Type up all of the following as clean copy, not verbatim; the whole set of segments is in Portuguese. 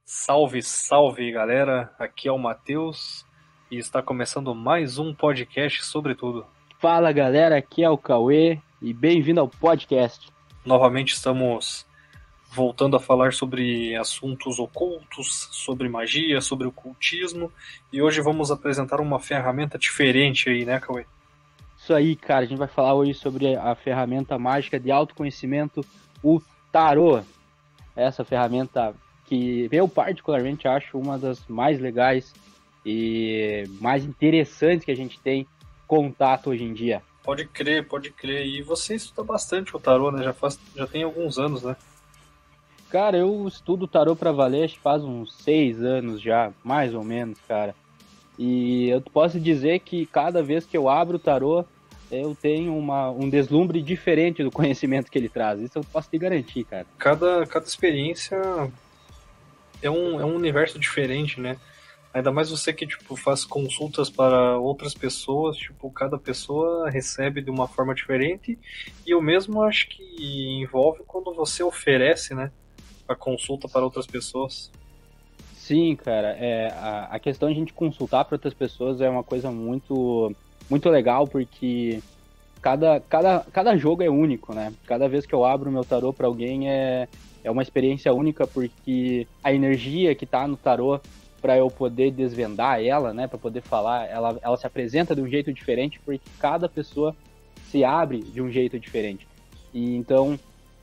Salve, salve galera, aqui é o Matheus e está começando mais um podcast sobre tudo. Fala galera, aqui é o Cauê e bem-vindo ao podcast. Novamente estamos voltando a falar sobre assuntos ocultos, sobre magia, sobre ocultismo e hoje vamos apresentar uma ferramenta diferente aí, né, Cauê? Isso aí, cara, a gente vai falar hoje sobre a ferramenta mágica de autoconhecimento, o Tarô. Essa ferramenta que eu particularmente acho uma das mais legais e mais interessantes que a gente tem contato hoje em dia. Pode crer, pode crer. E você estuda bastante o tarô, né? Já tem alguns anos, né? Cara, eu estudo tarô pra valer, acho que faz uns 6 anos já, mais ou menos, cara. E eu posso dizer que cada vez que eu abro o tarô, eu tenho um deslumbre diferente do conhecimento que ele traz. Isso eu posso te garantir, cara. Cada experiência é um universo diferente, né? Ainda mais você que tipo faz consultas para outras pessoas, tipo, cada pessoa recebe de uma forma diferente, e eu mesmo acho que envolve quando você oferece, né, a consulta para outras pessoas. Sim, cara, a questão de a gente consultar para outras pessoas é uma coisa muito legal, porque cada jogo é único, né? Cada vez que eu abro o meu tarô para alguém é uma experiência única, porque a energia que tá no tarô, para eu poder desvendar ela, né, para poder falar, ela se apresenta de um jeito diferente, porque cada pessoa se abre de um jeito diferente. E então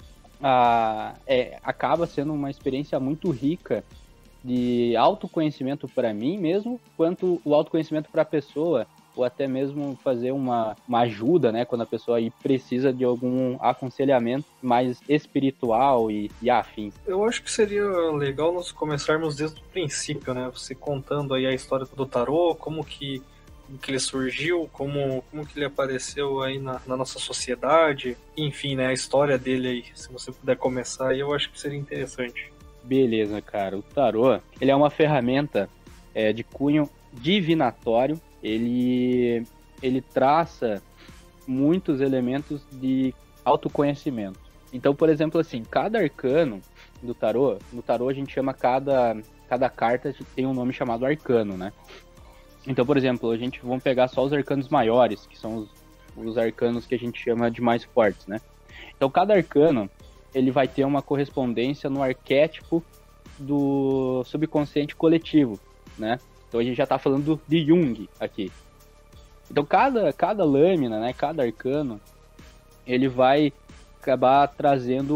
acaba sendo uma experiência muito rica de autoconhecimento para mim mesmo, quanto o autoconhecimento para a pessoa, ou até mesmo fazer uma ajuda, né, quando a pessoa aí precisa de algum aconselhamento mais espiritual e afins. Eu acho que seria legal nós começarmos desde o princípio, né? Você contando aí a história do tarô, como que ele surgiu, como que ele apareceu aí na nossa sociedade, enfim, né? A história dele aí. Se você puder começar aí, eu acho que seria interessante. Beleza, cara. O tarô, ele é uma ferramenta de cunho divinatório. Ele traça muitos elementos de autoconhecimento. Então, por exemplo, assim, cada arcano do tarô, no tarô a gente chama cada carta tem um nome chamado arcano, né? Então, por exemplo, vamos pegar só os arcanos maiores, que são os arcanos que a gente chama de mais fortes, né? Então, cada arcano, ele vai ter uma correspondência no arquétipo do subconsciente coletivo, né? Então, a gente já está falando de Jung aqui. Então, cada lâmina, né, cada arcano, ele vai acabar trazendo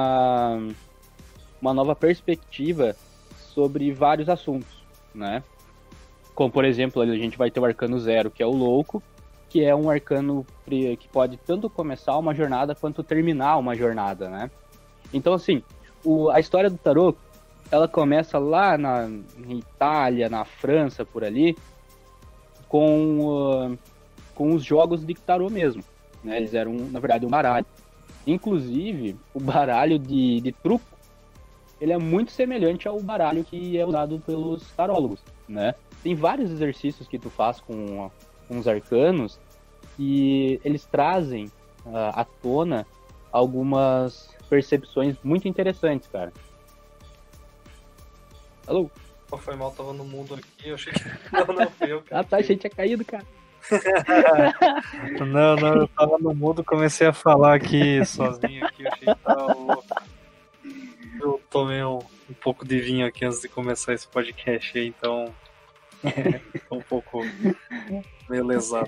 uma nova perspectiva sobre vários assuntos, né? Como, por exemplo, a gente vai ter o arcano 0, que é o louco, que é um arcano que pode tanto começar uma jornada quanto terminar uma jornada, né? Então, assim, a história do tarô, ela começa lá na Itália, na França, por ali, com os jogos de tarô mesmo, né? Eles eram, na verdade, um baralho. Inclusive, o baralho de truco, ele é muito semelhante ao baralho que é usado pelos tarólogos, né? Tem vários exercícios que tu faz com os arcanos e eles trazem à tona algumas percepções muito interessantes, cara. Alô? Pô, foi mal, tava no mundo aqui, eu achei que... Não, fui eu, cara. Ah, tá, a gente tinha caído, cara. Não, eu tava no mudo, comecei a falar aqui sozinho aqui, eu achei que tava louco. Eu tomei um pouco de vinho aqui antes de começar esse podcast aí, então tô um pouco meio lesado.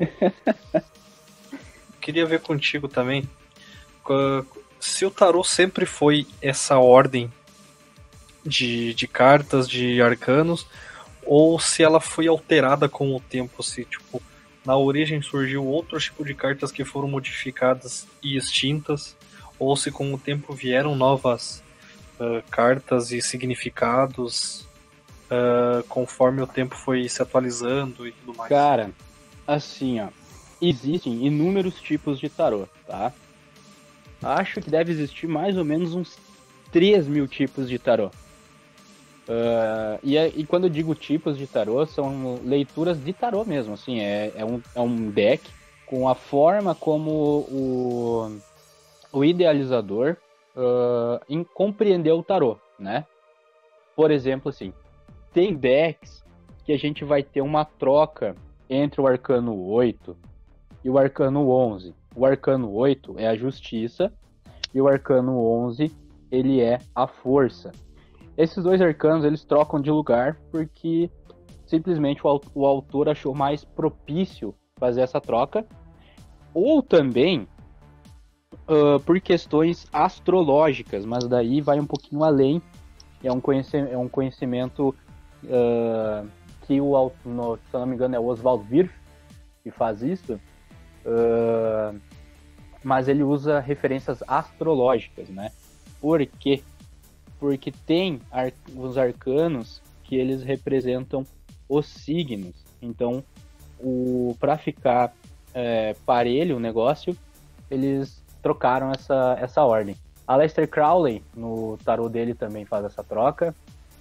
Queria ver contigo também se o tarô sempre foi essa ordem de cartas, de arcanos, ou se ela foi alterada com o tempo, se tipo na origem surgiu outro tipo de cartas que foram modificadas e extintas, ou se com o tempo vieram novas cartas e significados conforme o tempo foi se atualizando e tudo mais. Cara, assim, ó, existem inúmeros tipos de tarô, tá? Acho que deve existir mais ou menos uns 3.000 tipos de tarô. E quando eu digo tipos de tarô, são leituras de tarô mesmo, assim, é um deck com a forma como o idealizador compreendeu o tarô, né? Por exemplo, assim, tem decks que a gente vai ter uma troca entre o Arcano 8 e o Arcano 11. O Arcano 8 é a justiça e o Arcano 11 ele é a força. Esses dois arcanos eles trocam de lugar porque simplesmente o autor achou mais propício fazer essa troca, ou também por questões astrológicas, mas daí vai um pouquinho além. É um conhecimento que se eu não me engano é o Oswald Wirth que faz isso, mas ele usa referências astrológicas, né? Por quê? Porque tem os arcanos que eles representam os signos. Então, para ficar parelho o negócio, eles trocaram essa ordem. Aleister Crowley, no tarô dele, também faz essa troca.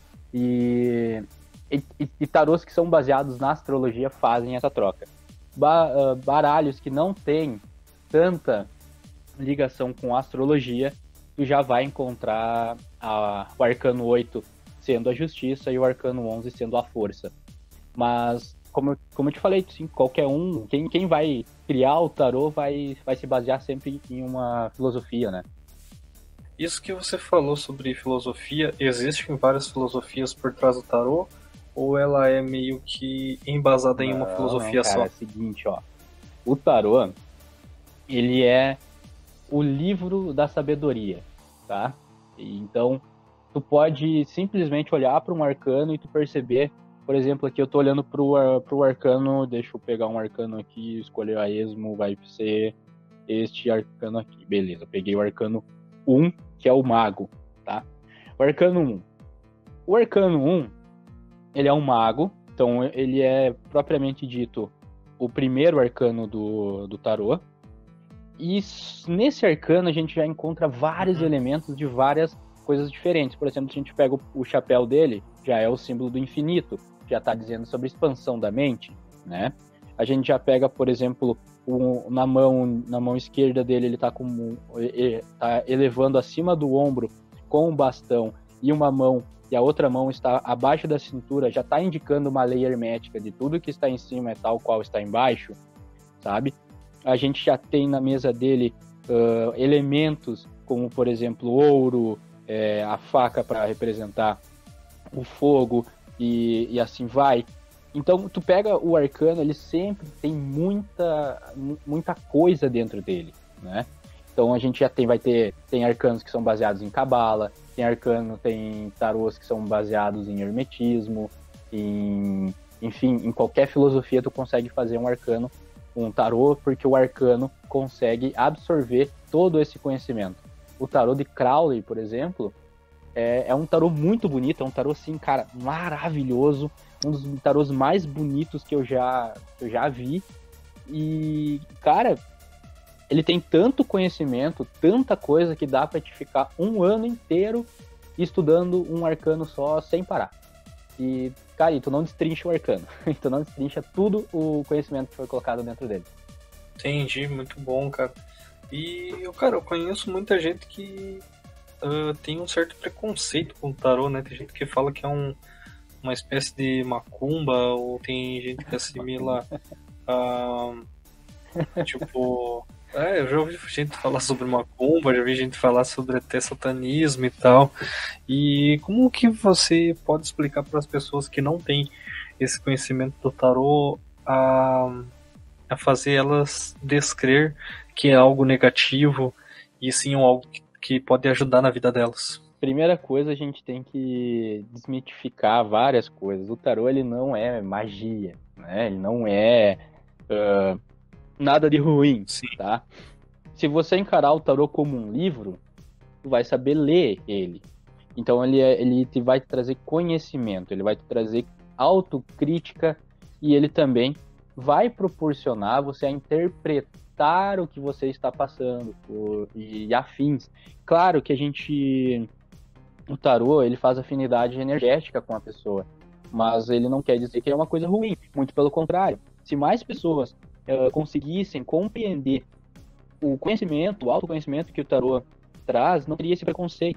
E tarôs que são baseados na astrologia fazem essa troca. Baralhos que não têm tanta ligação com a astrologia, tu já vai encontrar o Arcano 8 sendo a justiça e o Arcano 11 sendo a força. Mas, como eu te falei, sim, qualquer um, quem vai criar o tarô vai se basear sempre em uma filosofia, né? Isso que você falou sobre filosofia, existem várias filosofias por trás do tarô? Ou ela é meio que embasada em uma filosofia cara, só? É o seguinte, ó. O tarô, ele é o livro da sabedoria, tá? Então, tu pode simplesmente olhar para um arcano e tu perceber, por exemplo, aqui eu tô olhando pro arcano, deixa eu pegar um arcano aqui, escolher a esmo, vai ser este arcano aqui. Beleza, eu peguei o arcano 1, que é o mago, tá? O arcano 1. O arcano 1, ele é um mago, então ele é propriamente dito o primeiro arcano do tarô. E nesse arcano a gente já encontra vários elementos de várias coisas diferentes. Por exemplo, se a gente pega o chapéu dele, já é o símbolo do infinito, já está dizendo sobre expansão da mente, né? A gente já pega, por exemplo, na mão esquerda dele, ele está tá elevando acima do ombro com um bastão, e uma mão e a outra mão está abaixo da cintura, já está indicando uma lei hermética de tudo que está em cima é tal qual está embaixo, sabe? A gente já tem na mesa dele elementos como, por exemplo, ouro, a faca para representar o fogo e assim vai. Então, tu pega o arcano, ele sempre tem muita coisa dentro dele, né? Então, a gente já tem arcanos que são baseados em cabala, tem tarôs que são baseados em hermetismo, enfim, em qualquer filosofia tu consegue fazer um arcano, um tarô, porque o arcano consegue absorver todo esse conhecimento. O tarô de Crowley, por exemplo, é um tarô muito bonito, é um tarô, assim, cara, maravilhoso, um dos tarôs mais bonitos que eu já vi. E, cara, ele tem tanto conhecimento, tanta coisa, que dá pra te ficar um ano inteiro estudando um arcano só, sem parar. E, cara, tu não destrincha o arcano, tu não destrincha tudo o conhecimento que foi colocado dentro dele. Entendi, muito bom, cara. E, cara, eu conheço muita gente que tem um certo preconceito com o tarô, né? Tem gente que fala que é uma espécie de macumba, ou tem gente que assimila tipo... eu já ouvi gente falar sobre macumba, já vi gente falar sobre até satanismo e tal. E como que você pode explicar para as pessoas que não têm esse conhecimento do tarô a fazer elas descrer que é algo negativo e sim algo que pode ajudar na vida delas? Primeira coisa, a gente tem que desmitificar várias coisas. O tarô, ele não é magia, né? Ele não é nada de ruim, Sim. tá? Se você encarar o tarô como um livro, tu vai saber ler ele. Então ele vai te trazer conhecimento, ele vai te trazer autocrítica, e ele também vai proporcionar você a interpretar o que você está passando e afins. Claro que o tarô, ele faz afinidade energética com a pessoa, mas ele não quer dizer que é uma coisa ruim, muito pelo contrário. Se mais pessoas conseguissem compreender o conhecimento, o autoconhecimento que o tarô traz, não teria esse preconceito.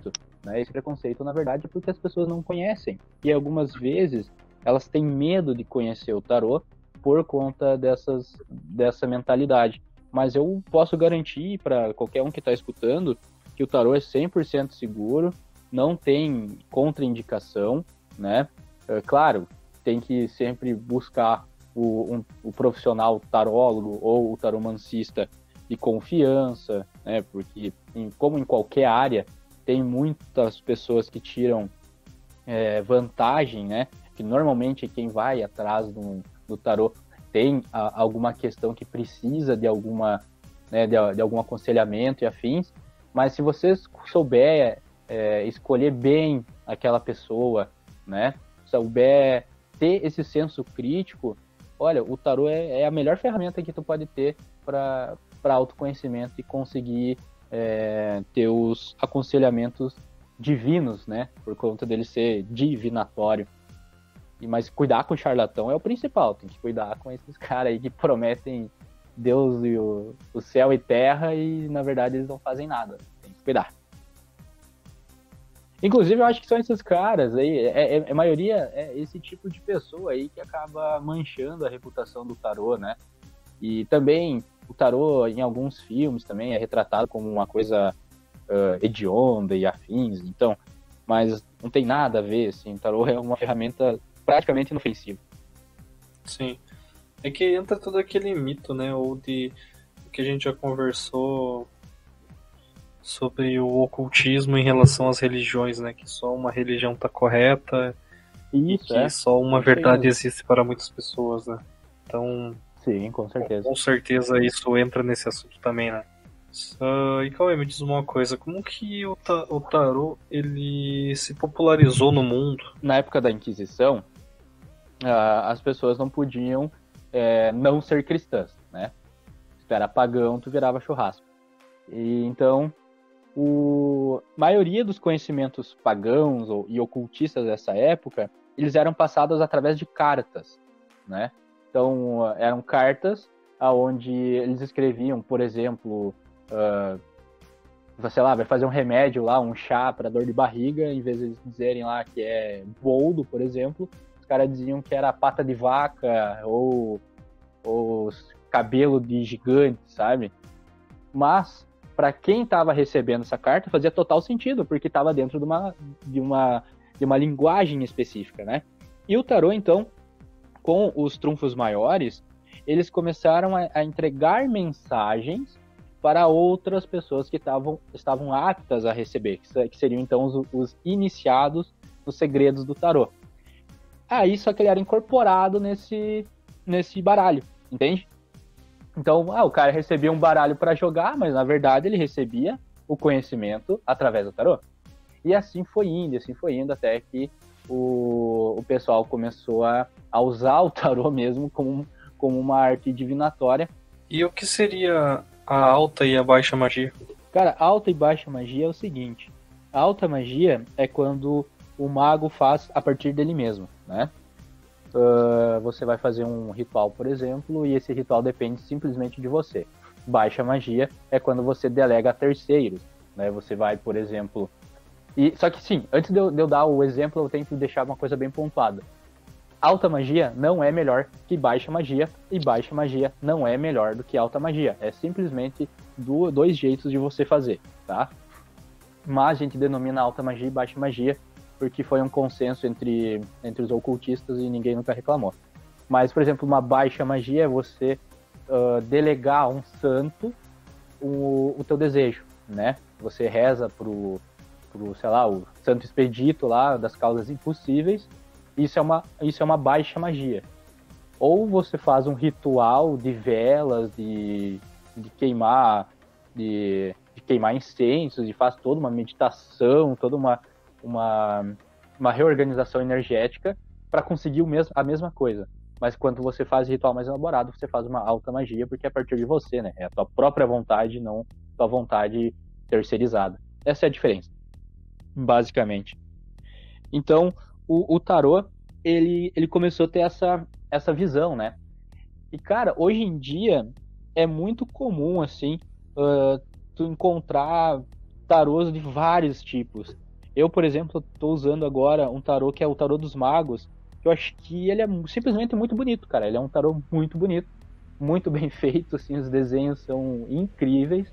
né? Esse preconceito, na verdade, é porque as pessoas não conhecem. E algumas vezes elas têm medo de conhecer o tarô por conta dessa mentalidade. Mas eu posso garantir para qualquer um que está escutando que o tarô é 100% seguro, não tem contraindicação, né? Claro, tem que sempre buscar o profissional tarólogo ou o taromancista de confiança, né? Porque, como em qualquer área, tem muitas pessoas que tiram vantagem, né? Que normalmente quem vai atrás do tarô tem alguma questão que precisa de alguma, né, de algum aconselhamento e afins, mas se você souber escolher bem aquela pessoa, né? Souber ter esse senso crítico, olha, o tarô é a melhor ferramenta que tu pode ter para autoconhecimento e conseguir ter os aconselhamentos divinos, né? Por conta dele ser divinatório. Mas cuidar com o charlatão é o principal. Tem que cuidar com esses caras aí que prometem Deus e o céu e terra e, na verdade, eles não fazem nada. Tem que cuidar. Inclusive, eu acho que são esses caras aí, a maioria é esse tipo de pessoa aí que acaba manchando a reputação do tarô, né? E também o tarô, em alguns filmes, também é retratado como uma coisa hedionda e afins, então, mas não tem nada a ver, assim, o tarô é uma ferramenta praticamente inofensiva. Sim. É que entra todo aquele mito, né? Ou de o que a gente já conversou sobre o ocultismo em relação às religiões, né? Que só uma religião tá correta e que só uma verdade existe para muitas pessoas, né? Então, sim, com certeza. Com certeza isso entra nesse assunto também, né? E Cauê, me diz uma coisa, como que o tarô ele se popularizou no mundo? Na época da Inquisição, as pessoas não podiam não ser cristãs, né? Se tu era pagão, tu virava churrasco. E então, a maioria dos conhecimentos pagãos e ocultistas dessa época, eles eram passados através de cartas, né? Então, eram cartas onde eles escreviam, por exemplo, sei lá, vai fazer um remédio lá, um chá para dor de barriga, em vez de eles dizerem lá que é boldo, por exemplo, os caras diziam que era pata de vaca ou cabelo de gigante, sabe? Mas para quem estava recebendo essa carta fazia total sentido, porque estava dentro de uma linguagem específica, né? E o tarô, então, com os trunfos maiores, eles começaram a entregar mensagens para outras pessoas que estavam aptas a receber, que seriam então os iniciados nos segredos do tarô. Aí só que ele era incorporado nesse baralho, entende? Então, o cara recebia um baralho para jogar, mas na verdade ele recebia o conhecimento através do tarô. E assim foi indo até que o pessoal começou a usar o tarô mesmo como uma arte divinatória. E o que seria a alta e a baixa magia? Cara, alta e baixa magia é o seguinte: a alta magia é quando o mago faz a partir dele mesmo, né? Você vai fazer um ritual, por exemplo, e esse ritual depende simplesmente de você. Baixa magia é quando você delega a terceiros, né? Você vai, por exemplo... Só que sim, antes de eu dar o exemplo, eu tenho que deixar uma coisa bem pontuada. Alta magia não é melhor que baixa magia, e baixa magia não é melhor do que alta magia. É simplesmente dois jeitos de você fazer, tá? Mas a gente denomina alta magia e baixa magia porque foi um consenso entre os ocultistas e ninguém nunca reclamou. Mas, por exemplo, uma baixa magia é você delegar a um santo o teu desejo, né? Você reza pro, sei lá, o santo expedito lá das causas impossíveis. Isso é uma baixa magia. Ou você faz um ritual de velas, de queimar incensos, e faz toda uma meditação, toda uma reorganização energética para conseguir a mesma coisa. Mas quando você faz ritual mais elaborado, você faz uma alta magia, porque é a partir de você, né? É a tua própria vontade, não tua vontade terceirizada. Essa é a diferença, basicamente. Então, o tarô, ele começou a ter essa visão, né? E, cara, hoje em dia é muito comum, assim, tu encontrar tarôs de vários tipos. Eu, por exemplo, estou usando agora um tarô que é o tarô dos magos. Eu acho que ele é simplesmente muito bonito, cara. Ele é um tarô muito bonito, muito bem feito, assim, os desenhos são incríveis.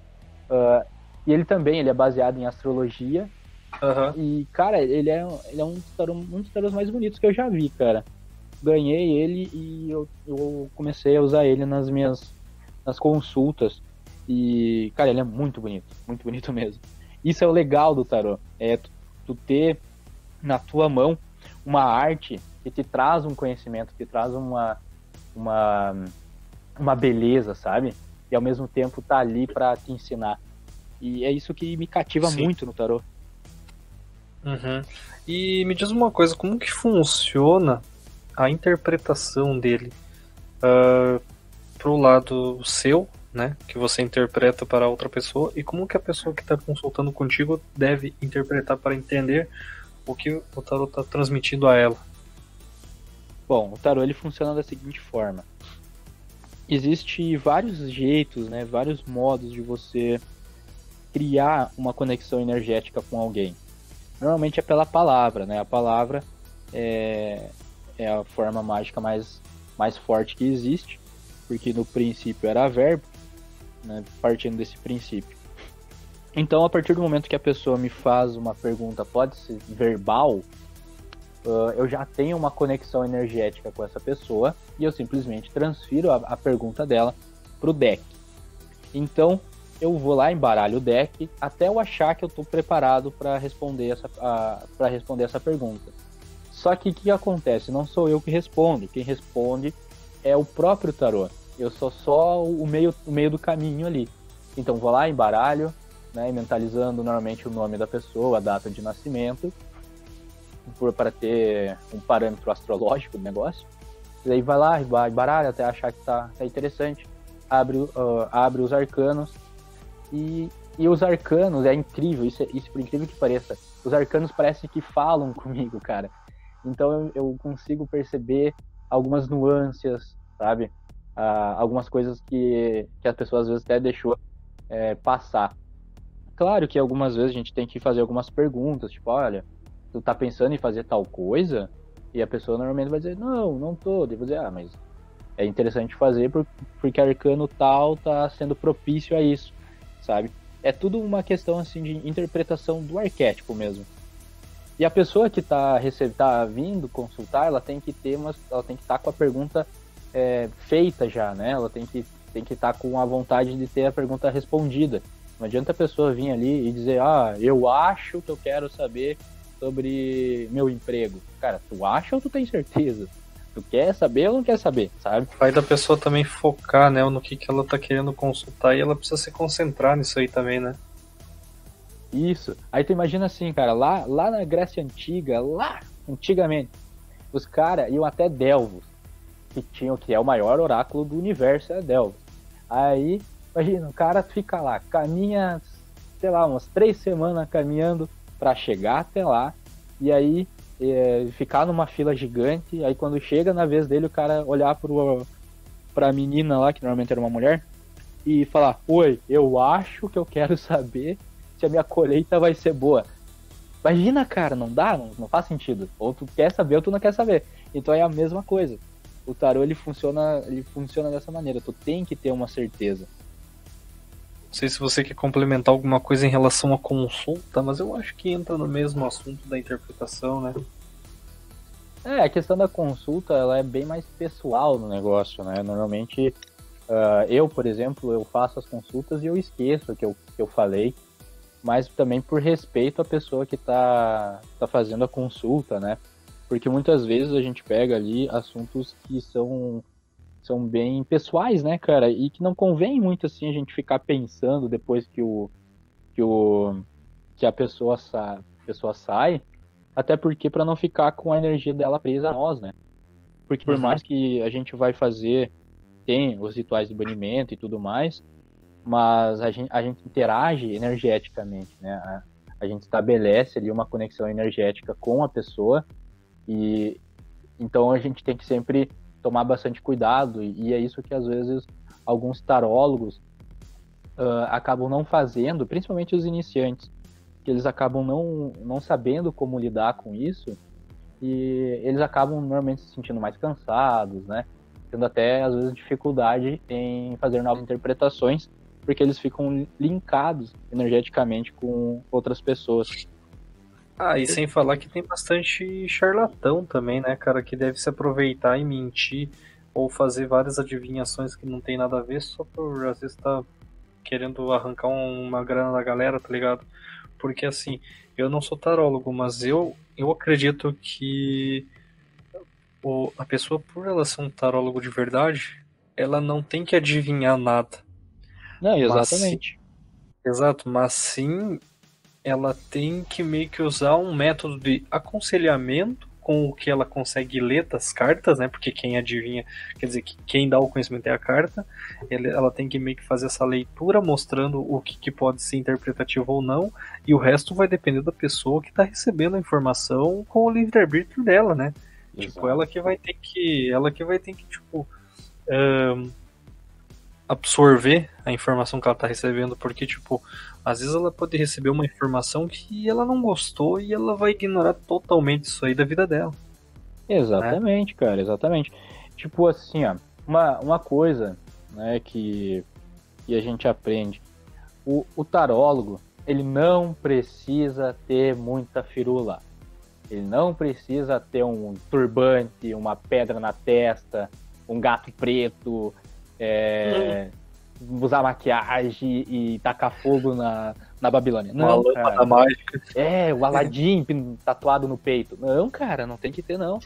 E ele também, ele é baseado em astrologia. Aham. E, cara, ele é um dos tarôs mais bonitos que eu já vi, cara. Ganhei ele e eu comecei a usar ele nas consultas. E, cara, ele é muito bonito mesmo. Isso é o legal do tarô, é tu ter na tua mão uma arte que te traz um conhecimento, que traz uma, uma beleza, sabe? E ao mesmo tempo tá ali para te ensinar. E é isso que me cativa Sim. muito no tarô. Uhum. E me diz uma coisa, como que funciona a interpretação dele pro lado seu, né, que você interpreta para outra pessoa, e como que a pessoa que está consultando contigo deve interpretar para entender o que o tarot está transmitindo a ela? Bom, o tarô ele funciona da seguinte forma. Existe vários jeitos, né, vários modos de você criar uma conexão energética com alguém. Normalmente é pela palavra, né? A palavra é a forma mágica mais forte que existe, porque no princípio era verbo, né? Partindo desse princípio. Então, a partir do momento que a pessoa me faz uma pergunta, pode ser verbal, eu já tenho uma conexão energética com essa pessoa e eu simplesmente transfiro a pergunta dela pro deck. Então, eu vou lá, embaralho o deck, até eu achar que eu estou preparado para responder essa pergunta. Só que o que acontece? Não sou eu que respondo, quem responde é o próprio tarô. Eu sou só o meio do caminho ali. Então vou lá, embaralho, né, mentalizando normalmente o nome da pessoa, a data de nascimento, para ter um parâmetro astrológico do negócio. E aí vai lá, embaralha até achar que tá interessante, abre os arcanos. E os arcanos, é incrível, isso por incrível que pareça, os arcanos parecem que falam comigo, cara. Então eu consigo perceber algumas nuances, sabe? Algumas coisas que as pessoas às vezes até deixou passar. Claro que algumas vezes a gente tem que fazer algumas perguntas, tipo, olha, tu tá pensando em fazer tal coisa? E a pessoa normalmente vai dizer, não tô. Eu vou dizer, mas é interessante fazer porque arcano tal tá sendo propício a isso, sabe? É tudo uma questão assim de interpretação do arquétipo mesmo. E a pessoa que tá vindo consultar, ela tem que estar com a pergunta feita já, né? Ela tem que estar com a vontade de ter a pergunta respondida. Não adianta a pessoa vir ali e dizer, eu acho que eu quero saber sobre meu emprego. Cara, tu acha ou tu tem certeza? Tu quer saber ou não quer saber, sabe? Vai da pessoa também focar, né, no que ela tá querendo consultar, e ela precisa se concentrar nisso aí também, né? Isso. Aí tu imagina assim, cara, lá na Grécia Antiga, lá antigamente, os caras iam até Delfos, que é o maior oráculo do universo, é Delfos. Aí, imagina, o cara fica lá, caminha, sei lá, umas 3 semanas caminhando para chegar até lá, e aí ficar numa fila gigante, aí quando chega na vez dele, o cara olhar pra menina lá, que normalmente era uma mulher, e falar, oi, eu acho que eu quero saber se a minha colheita vai ser boa. Imagina, cara, não dá? Não faz sentido. Ou tu quer saber ou tu não quer saber. Então é a mesma coisa. O tarô, ele funciona dessa maneira. Tu tem que ter uma certeza. Não sei se você quer complementar alguma coisa em relação à consulta, mas eu acho que entra no mesmo assunto da interpretação, né? A questão da consulta, ela é bem mais pessoal no negócio, né? Normalmente, eu, por exemplo, eu faço as consultas e eu esqueço o que eu falei, mas também por respeito à pessoa que tá fazendo a consulta, né? Porque muitas vezes a gente pega ali assuntos que são bem pessoais, né, cara? E que não convém muito, assim, a gente ficar pensando depois que a pessoa sai, até porque para não ficar com a energia dela presa a nós, né? Porque por mais que a gente vai fazer, tem os rituais de banimento e tudo mais, mas a gente interage energeticamente, né? A gente estabelece ali uma conexão energética com a pessoa e então a gente tem que sempre tomar bastante cuidado e é isso que às vezes alguns tarólogos acabam não fazendo, principalmente os iniciantes, que eles acabam não sabendo como lidar com isso, e eles acabam normalmente se sentindo mais cansados, né? Tendo até, às vezes, dificuldade em fazer novas interpretações, porque eles ficam linkados energeticamente com outras pessoas. Ah, e sem falar que tem bastante charlatão também, né, cara, que deve se aproveitar e mentir ou fazer várias adivinhações que não tem nada a ver só por às vezes tá querendo arrancar uma grana da galera, tá ligado? Porque assim, eu não sou tarólogo, mas eu acredito que a pessoa, por ela ser um tarólogo de verdade, ela não tem que adivinhar nada. Não, Mas sim, exatamente. exato, mas sim ela tem que meio que usar um método de aconselhamento com o que ela consegue ler das cartas, né? Porque quem adivinha, quer dizer, que quem dá o conhecimento é a carta. Ela tem que meio que fazer essa leitura mostrando o que pode ser interpretativo ou não, e o resto vai depender da pessoa que está recebendo a informação com o livre-arbítrio dela, né? Tipo, Exato. ela que vai ter que tipo absorver a informação que ela tá recebendo, porque, tipo, às vezes ela pode receber uma informação que ela não gostou e ela vai ignorar totalmente isso aí da vida dela, né? Exatamente, cara, exatamente. Tipo assim, ó, uma coisa, né, que a gente aprende. O tarólogo, ele não precisa ter muita firula. Ele não precisa ter um turbante, uma pedra na testa, um gato preto, usar maquiagem e tacar fogo na Babilônia. Uma Não, lâmpada cara. mágica. O Aladim tatuado no peito. Não, cara, não tem que ter, não.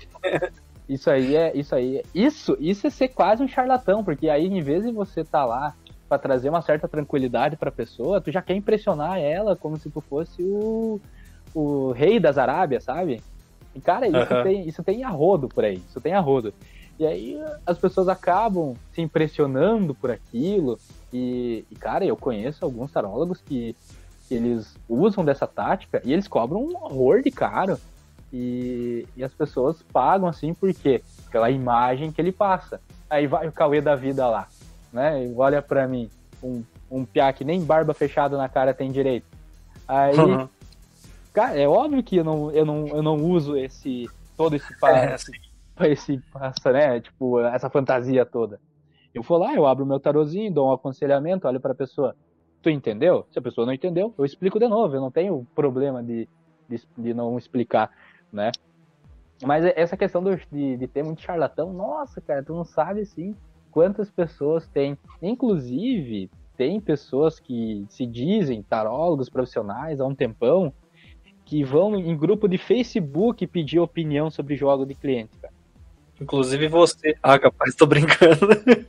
Isso é ser quase um charlatão, porque aí, em vez de você tá lá pra trazer uma certa tranquilidade pra pessoa, tu já quer impressionar ela como se tu fosse o rei das Arábias, sabe? E, cara, isso tem arrodo por aí, isso tem arrodo. E aí as pessoas acabam se impressionando por aquilo, cara, eu conheço alguns tarólogos que eles usam dessa tática e eles cobram um horror de caro. E as pessoas pagam assim, por quê? Pela imagem que ele passa. Aí vai o Cauê da vida lá, né? E olha pra mim, um piá que nem barba fechada na cara tem direito. Aí, cara, é óbvio que eu não uso todo esse passa, né? Tipo, essa fantasia toda. Eu vou lá, eu abro meu tarozinho, dou um aconselhamento, olho pra pessoa. Tu entendeu? Se a pessoa não entendeu, eu explico de novo. Eu não tenho problema de não explicar, né? Mas essa questão de ter muito charlatão, nossa, cara, tu não sabe, assim, quantas pessoas tem. Inclusive, tem pessoas que se dizem tarólogos profissionais há um tempão, que vão em grupo de Facebook pedir opinião sobre jogo de cliente, cara. Inclusive você. Ah, capaz, tô brincando.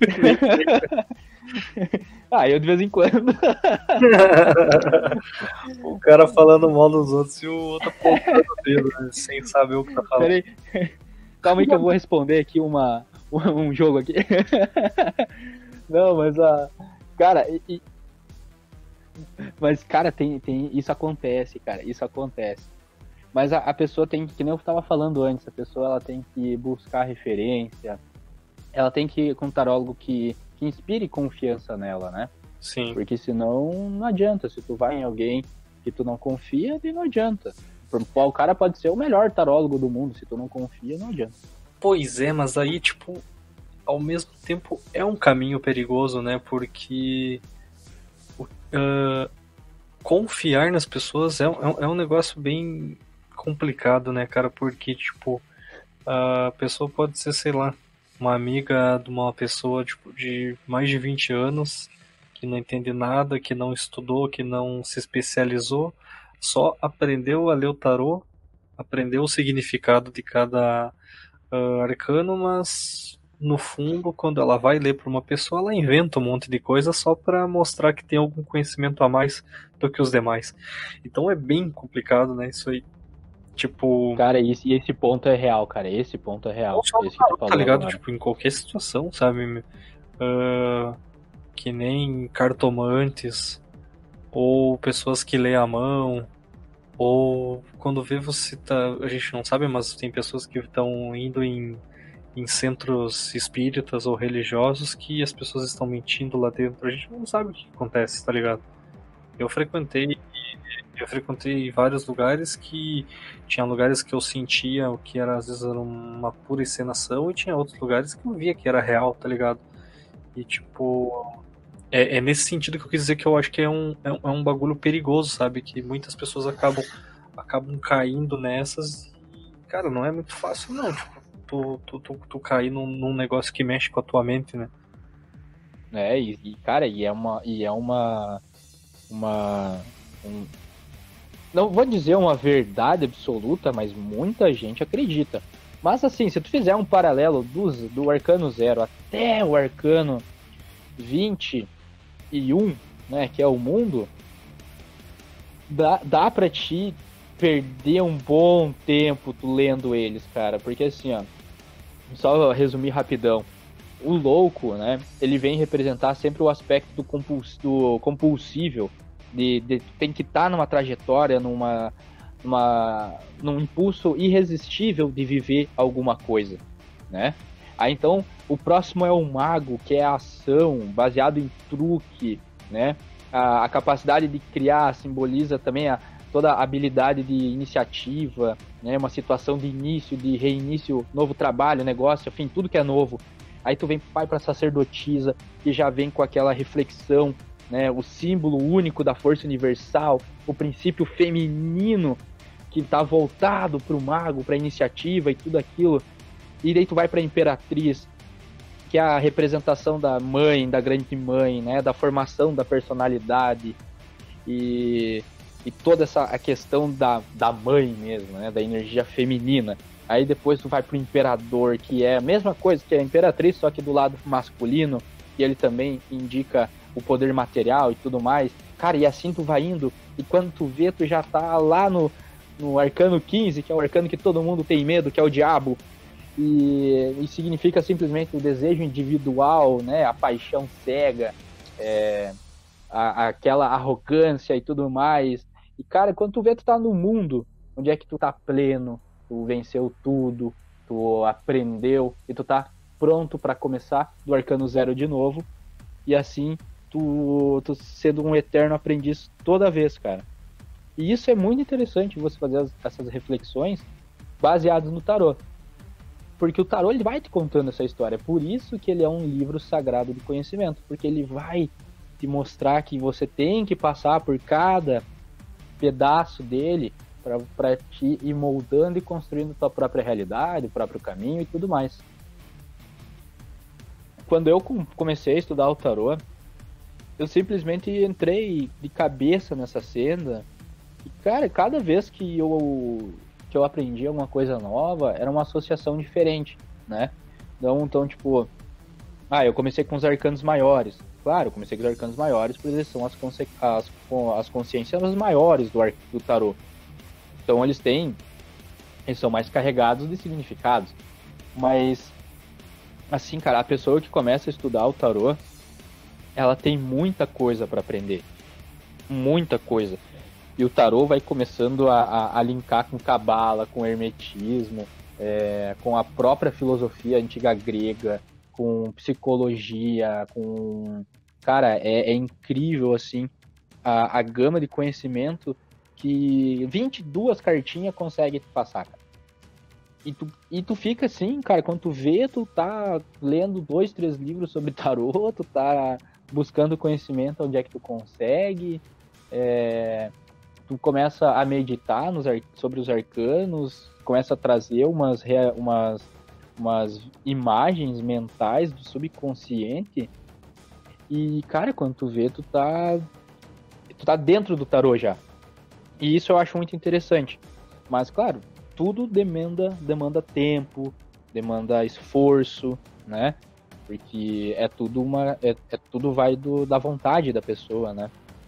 Eu de vez em quando. O cara falando mal dos outros e o outro apontando o dedo, né? Sem saber o que tá falando. Peraí. Calma aí que eu vou responder aqui um jogo aqui. Não, mas cara, mas cara, tem isso acontece, cara, isso acontece. Mas a pessoa tem que nem eu estava falando antes, a pessoa ela tem que buscar referência, ela tem que ir com um tarólogo que inspire confiança nela, né? Sim. Porque senão não adianta, se tu vai em alguém que tu não confia, não adianta. O cara pode ser o melhor tarólogo do mundo, se tu não confia, não adianta. Pois é, mas aí, tipo, ao mesmo tempo é um caminho perigoso, né? Porque confiar nas pessoas é um negócio bem complicado, né, cara? Porque, tipo, a pessoa pode ser, sei lá, uma amiga de uma pessoa tipo, de mais de 20 anos que não entende nada, que não estudou, que não se especializou, só aprendeu a ler o tarô, aprendeu o significado de cada arcano, mas no fundo, quando ela vai ler para uma pessoa, ela inventa um monte de coisa só para mostrar que tem algum conhecimento a mais do que os demais. Então é bem complicado, né? Isso aí. Tipo. Cara, esse ponto é real, cara. Esse ponto é real. Não só no Esse que tu tarô, tá falou ligado? agora. Tipo, em qualquer situação, sabe? Que nem cartomantes, ou pessoas que lêem a mão, ou quando vê você tá. A gente não sabe, mas tem pessoas que estão indo em centros espíritas ou religiosos que as pessoas estão mentindo lá dentro. A gente não sabe o que acontece, tá ligado? Eu frequentei Eu frequentei vários lugares que tinha lugares que eu sentia o que era às vezes era uma pura encenação e tinha outros lugares que eu via que era real, tá ligado? E tipo, é nesse sentido que eu quis dizer que eu acho que é um bagulho perigoso, sabe? Que muitas pessoas acabam caindo nessas e, cara, não é muito fácil não, tipo, tu cair num negócio que mexe com a tua mente, né? né? Cara, uma um- não vou dizer uma verdade absoluta, mas muita gente acredita. Mas assim, se tu fizer um paralelo do Arcano Zero até o Arcano 21, né, que é o mundo, dá pra ti perder um bom tempo tu lendo eles, cara. Porque assim, ó, só resumir rapidão. O louco, né, ele vem representar sempre o aspecto do compulsível, de tem que estar numa trajetória, num impulso irresistível de viver alguma coisa, né? Aí então, o próximo é o mago, que é a ação, baseado em truque, né? A capacidade de criar simboliza também toda a habilidade de iniciativa, né? Uma situação de início, de reinício, novo trabalho, negócio, enfim, tudo que é novo. Aí tu vai para a sacerdotisa, que já vem com aquela reflexão, né? O símbolo único da força universal, o princípio feminino que está voltado para o mago, para a iniciativa e tudo aquilo. E daí tu vai para a imperatriz, que é a representação da mãe, da grande mãe, né? Da formação da personalidade e toda a questão da mãe mesmo, né? Da energia feminina. Aí depois tu vai pro imperador, que é a mesma coisa que a imperatriz, só que do lado masculino, e ele também indica o poder material e tudo mais. Cara, e assim tu vai indo, e quando tu vê, tu já tá lá no Arcano 15, que é o arcano que todo mundo tem medo, que é o diabo, e significa simplesmente o desejo individual, né? A paixão cega, aquela arrogância e tudo mais. E, cara, quando tu vê, tu tá no mundo, onde é que tu tá pleno, tu venceu tudo, tu aprendeu e tu tá pronto para começar do Arcano Zero de novo. E assim, tu sendo um eterno aprendiz toda vez, cara. E isso é muito interessante, você fazer essas reflexões baseadas no tarô. Porque o tarô ele vai te contando essa história. Por isso que ele é um livro sagrado de conhecimento. Porque ele vai te mostrar que você tem que passar por cada pedaço dele para te ir moldando e construindo tua própria realidade, o próprio caminho e tudo mais. Quando eu comecei a estudar o tarô, eu simplesmente entrei de cabeça nessa senda. E, cara, cada vez que eu aprendi alguma coisa nova, era uma associação diferente, né? Então tipo, eu comecei com os arcanos maiores. Claro, eu comecei com os arcanos maiores, porque eles são as consciências maiores do tarô. Então eles são mais carregados de significados. Mas, assim, cara, a pessoa que começa a estudar o tarô, ela tem muita coisa para aprender. Muita coisa. E o tarô vai começando a linkar com cabala, com hermetismo, com a própria filosofia antiga grega, com psicologia, com... Cara, é incrível, assim, a gama de conhecimento que 22 cartinhas consegue te passar, cara. E tu fica assim, cara, quando tu vê, tu tá lendo 2, 3 livros sobre tarô, tu tá buscando conhecimento onde é que tu consegue, tu começa a meditar sobre os arcanos, começa a trazer umas imagens mentais do subconsciente. E, cara, quando tu vê, tu tá dentro do tarô já. E isso eu acho muito interessante. Mas, claro, tudo demanda tempo, demanda esforço, né? Porque é tudo tudo vai da vontade da pessoa, né?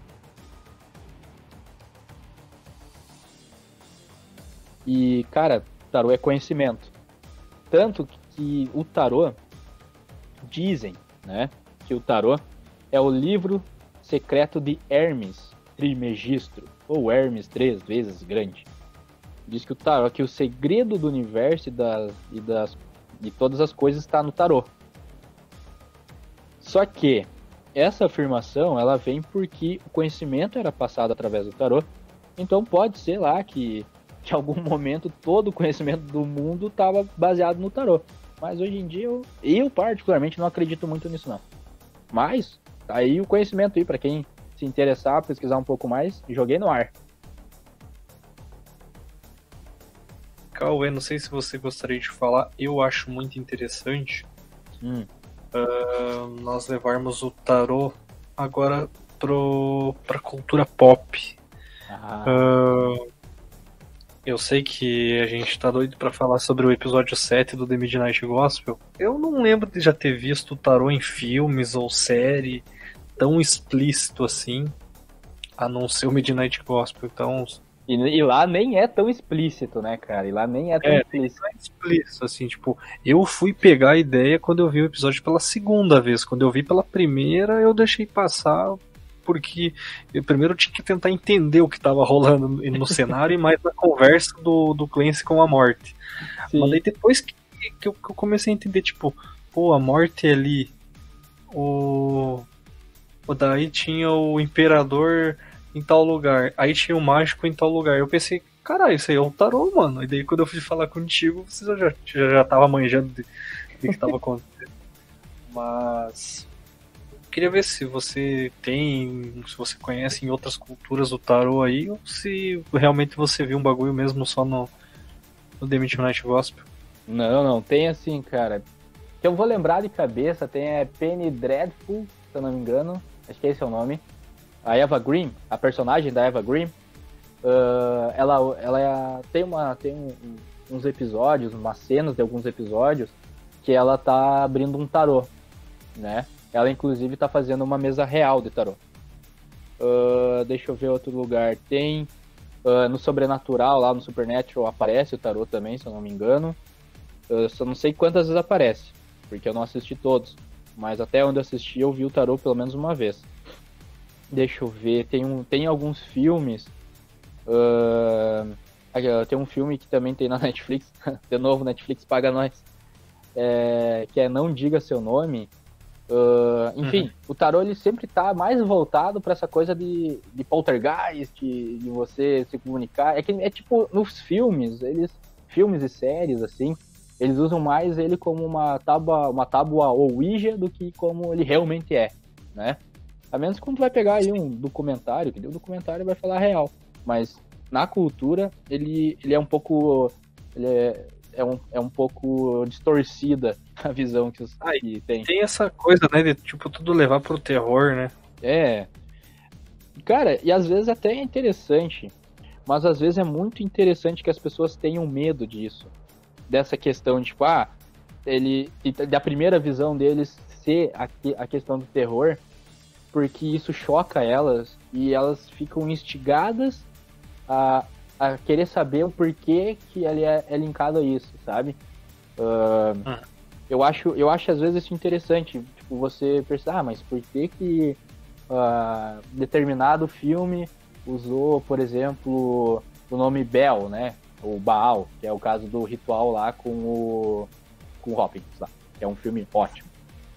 E, cara, tarô é conhecimento. Tanto que o tarô, dizem, né, que o tarô é o livro secreto de Hermes Trismegisto, ou Hermes 3 vezes grande. Diz que o tarô, que o segredo do universo de todas as coisas está no tarô. Só que essa afirmação, ela vem porque o conhecimento era passado através do tarô, Então pode ser lá que em algum momento todo o conhecimento do mundo estava baseado no tarô. Mas hoje em dia eu particularmente não acredito muito nisso não. Mas tá aí o conhecimento aí para quem se interessar, pesquisar um pouco mais, joguei no ar. Cauê, não sei se você gostaria de falar, eu acho muito interessante nós levarmos o tarô agora pra cultura pop. Eu sei que a gente tá doido pra falar sobre o episódio 7 do The Midnight Gospel. Eu não lembro de já ter visto o tarô em filmes ou série tão explícito assim, a não ser o Midnight Gospel. Então, E lá nem é tão explícito, né, cara? E lá nem é tão explícito. não é explícito, assim, tipo, eu fui pegar a ideia quando eu vi o episódio pela segunda vez. Quando eu vi pela primeira, eu deixei passar, porque eu primeiro tinha que tentar entender o que estava rolando no cenário e mais na conversa do Clancy com a Morte. Sim. Mas daí depois que eu comecei a entender, tipo, pô, a Morte ali, daí tinha o Imperador em tal lugar, aí tinha o Mágico em tal lugar. Eu pensei, caralho, isso aí é um tarô, mano. E daí quando eu fui falar contigo, você já tava manjando de que tava acontecendo. Mas queria ver se você se você conhece em outras culturas o tarô aí, ou se realmente você viu um bagulho mesmo só no The Midnight Gospel. Não, tem assim, cara. Que eu vou lembrar de cabeça, tem a Penny Dreadful, se eu não me engano. Acho que esse é o nome. A Eva Green, a personagem da Eva Green, ela tem uns episódios, umas cenas de alguns episódios, que ela tá abrindo um tarô, né? Ela, inclusive, tá fazendo uma mesa real de tarô. Deixa eu ver outro lugar. Tem no Sobrenatural, lá no Supernatural, aparece o tarô também, se eu não me engano. Só não sei quantas vezes aparece, porque eu não assisti todos. Mas até onde eu assisti, eu vi o tarô pelo menos uma vez. Deixa eu ver, tem alguns filmes. Tem um filme que também tem na Netflix. De novo, Netflix paga nós. Que é Não Diga Seu Nome. Enfim, o tarô ele sempre tá mais voltado para essa coisa de poltergeist, de você se comunicar. É tipo, nos filmes, filmes e séries, assim, eles usam mais ele como uma tábua Ouija do que como ele realmente é, né? A menos que quando tu vai pegar aí um documentário, que o documentário vai falar a real. Mas na cultura, ele é um pouco. É um pouco distorcida a visão que tem. Tem essa coisa, né, de tipo tudo levar pro terror, né? Cara, e às vezes até é interessante, mas às vezes é muito interessante que as pessoas tenham medo disso. Dessa questão de, tipo, da primeira visão deles ser a questão do terror, porque isso choca elas e elas ficam instigadas a querer saber o porquê que ele é linkado a isso, sabe? Eu acho às vezes isso interessante, tipo, você pensar, mas por que determinado filme usou, por exemplo, o nome Bel, né? Ou Baal, que é o caso do ritual lá com o Hopkins lá, que é um filme ótimo.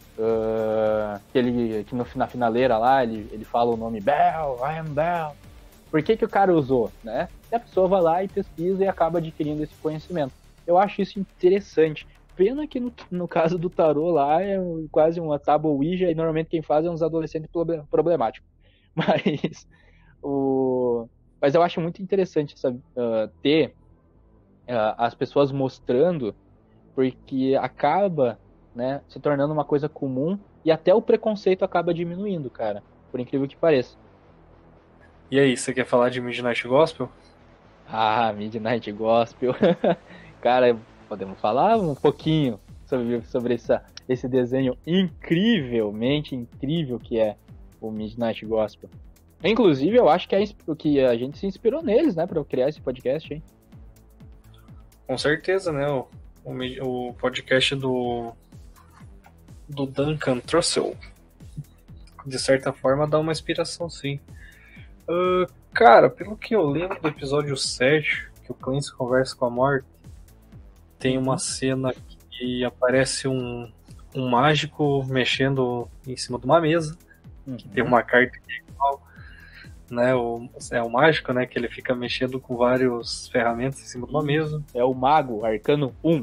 Que na finaleira lá ele fala o nome Bel, I am Bel. Por que o cara usou, né? E a pessoa vai lá e pesquisa e acaba adquirindo esse conhecimento. Eu acho isso interessante. Pena que no caso do tarô lá é quase uma tábua Ouija e normalmente quem faz é uns adolescentes problemáticos. Mas eu acho muito interessante ter as pessoas mostrando, porque acaba, né, se tornando uma coisa comum e até o preconceito acaba diminuindo, cara. Por incrível que pareça. E aí, você quer falar de Midnight Gospel? Midnight Gospel. Cara, podemos falar um pouquinho sobre esse desenho incrivelmente incrível que é o Midnight Gospel. Inclusive, eu acho que a gente se inspirou neles, né, para criar esse podcast, hein? Com certeza, né? O podcast do Duncan Trussell, de certa forma, dá uma inspiração, sim. Cara, pelo que eu lembro do episódio 7, que o Clancy conversa com a Morte, tem uma cena que aparece um mágico mexendo em cima de uma mesa, que tem uma carta igual. né? É o mágico, né? Que ele fica mexendo com várias ferramentas em cima de uma mesa. É o Mago, Arcano 1.